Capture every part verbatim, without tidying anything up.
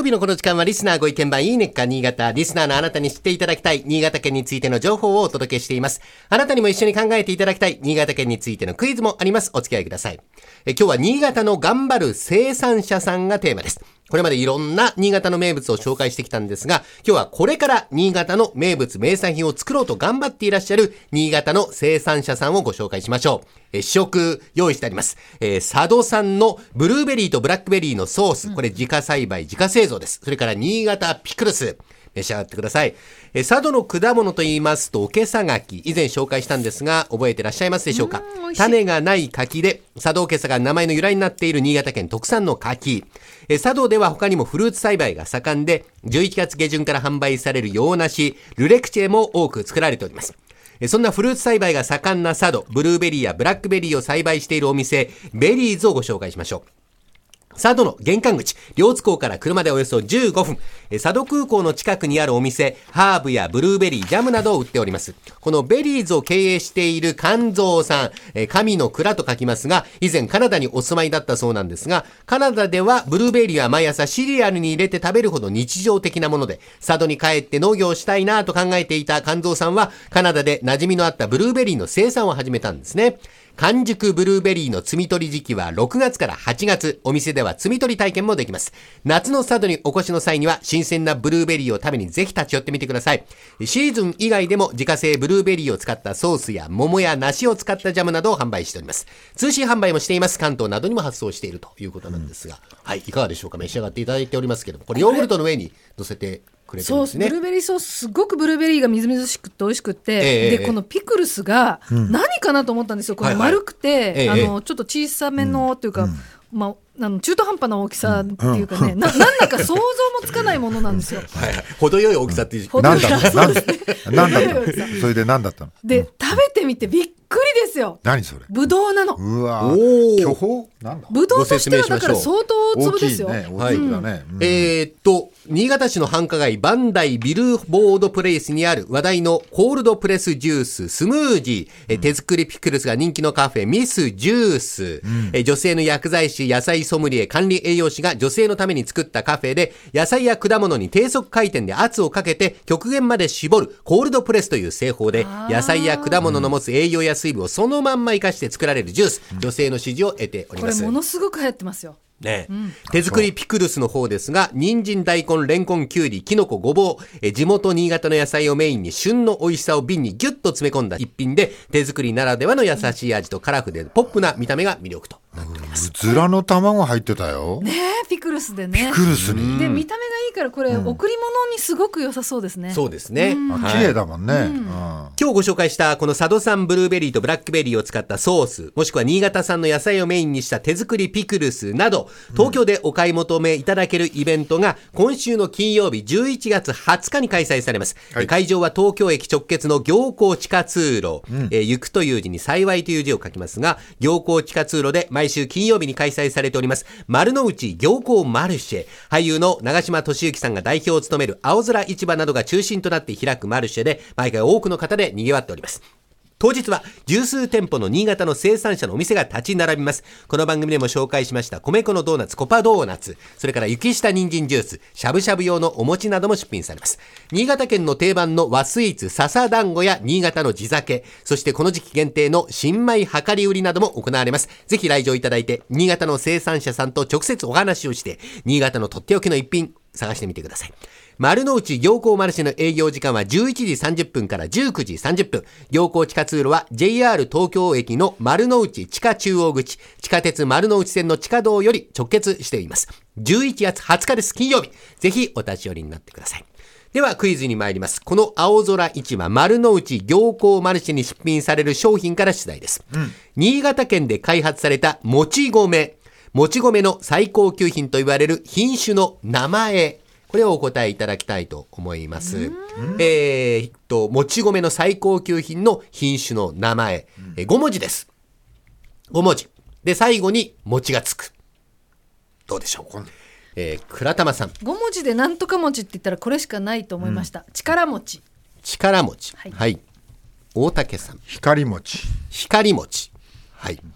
日のこの時間はリスナーご意見番いいねっか新潟。リスナーのあなたに知っていただきたい新潟県についての情報をお届けしています。あなたにも一緒に考えていただきたい新潟県についてのクイズもあります。お付き合いください。え今日は新潟の頑張る生産者さんがテーマです。これまでいろんな新潟の名物を紹介してきたんですが、今日はこれから新潟の名物名産品を作ろうと頑張っていらっしゃる新潟の生産者さんをご紹介しましょう。え試食用意してあります。えー、佐渡産のブルーベリーとブラックベリーのソース、これ自家栽培自家製造です。それから新潟ピクルス、召し上がってください。え佐渡の果物と言いますと、おけさ柿、以前紹介したんですが覚えてらっしゃいますでしょうか。う種がない柿で佐渡おけさが名前の由来になっている新潟県特産の柿。え佐渡では他にもフルーツ栽培が盛んで、じゅういちがつ下旬から販売される洋梨、ルレクチェも多く作られております。そんなフルーツ栽培が盛んな佐渡、ブルーベリーやブラックベリーを栽培しているお店、ベリーズをご紹介しましょう。佐渡の玄関口、両津港から車でおよそじゅうごふん、佐渡空港の近くにあるお店、ハーブやブルーベリー、ジャムなどを売っております。このベリーズを経営している勘蔵さん、神の蔵と書きますが、以前カナダにお住まいだったそうなんですが、カナダではブルーベリーは毎朝シリアルに入れて食べるほど日常的なもので、佐渡に帰って農業をしたいなと考えていた勘蔵さんは、カナダで馴染みのあったブルーベリーの生産を始めたんですね。完熟ブルーベリーの摘み取り時期はろくがつからはちがつ、お店では摘み取り体験もできます。夏の佐渡にお越しの際には新鮮なブルーベリーを食べにぜひ立ち寄ってみてください。シーズン以外でも自家製ブルーベリーを使ったソースや桃や梨を使ったジャムなどを販売しております。通信販売もしています。関東などにも発送しているということなんですが、うん、はい、いかがでしょうか。召し上がっていただいておりますけども、これヨーグルトの上に乗せてくれてるんですね。 そう、ブルーベリーソース、すごくブルーベリーがみずみずしくて美味しくて、えー、でこのピクルスが何かなと思ったんですよ、うん、この丸くて、はいはい、あのちょっと小さめのというか、うん、まああの中途半端な大きさっていうかね、うん、な, なんだか想像もつかないものなんですよ。はいはい、 程よい大きさっていう、 うん、なんだったなんだったそれで何だったので、うん、食べてみてびっくりですよ。 何それ。 ぶどうなの。 うわ巨峰なんだ。 ぶどうとしてはだから相当大粒ですよ。 大きいね、大きいだね、 うんうん、えー、っと新潟市の繁華街バンダイビルボードプレイスにある話題のコールドプレスジューススムージー、うん、手作りピクルスが人気のカフェミスジュース、うん、え女性の薬剤師、野菜ソムリエ、管理栄養士が女性のために作ったカフェで、野菜や果物に低速回転で圧をかけて極限まで絞るコールドプレスという製法で、野菜や果物の持つ栄養や水分をそのまんま生かして作られるジュース、うん、女性の支持を得ております。 これものすごく流行ってますよね、うん、手作りピクルスの方ですが、人参、大根、レンコン、キュウリ、キノコ、ごぼう、え地元新潟の野菜をメインに旬の美味しさを瓶にギュッと詰め込んだ一品で、手作りならではの優しい味とカラフルでポップな見た目が魅力となっております。 うずらの卵入ってたよねえ、ピクルスでね。 ピクルスにで見た目がいいからこれ、うん、贈り物にすごく良さそうですね。 そうですね、 うん、 綺麗だもんね、うんうん、 今日ご紹介したこの佐渡産ブルーベリーとブラックベリーを使ったソース、もしくは新潟産の野菜をメインにした手作りピクルスなど、東京でお買い求めいただけるイベントが今週の金曜日じゅういちがつはつかに開催されます、はい、会場は東京駅直結の行幸地下通路、うん、えー、行くという字に幸いという字を書きますが、行幸地下通路で毎週金曜日に開催されております丸の内行幸マルシェ、俳優の長嶋俊之さんが代表を務める青空市場などが中心となって開くマルシェで、毎回多くの方で賑わっております。当日は十数店舗の新潟の生産者のお店が立ち並びます。この番組でも紹介しました米粉のドーナツ、コパドーナツ、それから雪下人参ジュース、しゃぶしゃぶ用のお餅なども出品されます。新潟県の定番の和スイーツ、笹団子や新潟の地酒、そしてこの時期限定の新米量り売りなども行われます。ぜひ来場いただいて、新潟の生産者さんと直接お話をして、新潟のとっておきの一品探してみてください。丸の内行幸マルシェの営業時間はじゅういちじさんじゅっぷんからじゅうくじさんじゅっぷん。行幸地下通路は ジェイアール 東京駅の丸の内地下中央口、地下鉄丸の内線の地下道より直結しています。じゅういちがつはつかです。金曜日。ぜひお立ち寄りになってください。ではクイズに参ります。この青空市場丸の内行幸マルシェに出品される商品から出題です、うん、新潟県で開発されたもち米、もち米の最高級品と言われる品種の名前、これをお答えいただきたいと思います。えー、っと、もち米の最高級品の品種の名前、えー、ごもじです。ごもじ。で、最後に餅がつく。どうでしょう。えー、倉玉さん。 ごもじでなんとか餅って言ったらこれしかないと思いました。うん、力餅。 力餅。はい。はい、大竹さん。 光餅。 光餅。はい。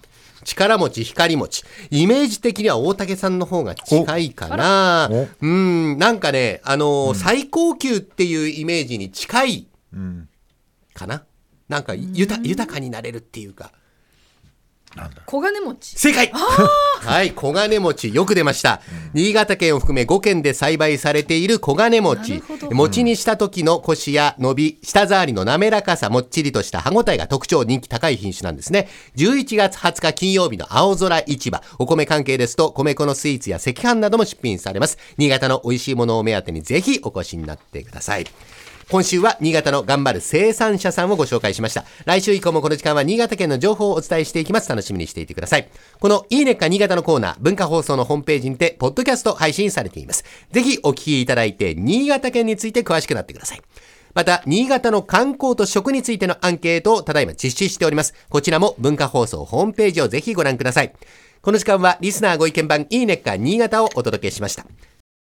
力持ち、光持ち。イメージ的には大竹さんの方が近いかな。うん、なんかね、あのーうん、最高級っていうイメージに近いかな。なんか豊、豊かになれるっていうか。 なんだ小金持ち。 正解はい、小金持ち。よく出ました。うん、新潟県を含めご県で栽培されている小金持ち。餅にした時のコシや伸び、舌触りの滑らかさ、もっちりとした歯ごたえが特徴、人気高い品種なんですね。じゅういちがつはつか金曜日の青空市場。お米関係ですと、米粉のスイーツや赤飯なども出品されます。新潟の美味しいものを目当てにぜひお越しになってください。今週は新潟の頑張る生産者さんをご紹介しました。来週以降もこの時間は新潟県の情報をお伝えしていきます。楽しみにしていてください。このいいねっか新潟のコーナー、文化放送のホームページにてポッドキャスト配信されています。ぜひお聞きいただいて新潟県について詳しくなってください。また新潟の観光と食についてのアンケートをただいま実施しております。こちらも文化放送ホームページをぜひご覧ください。この時間はリスナーご意見番いいねっか新潟をお届けしました。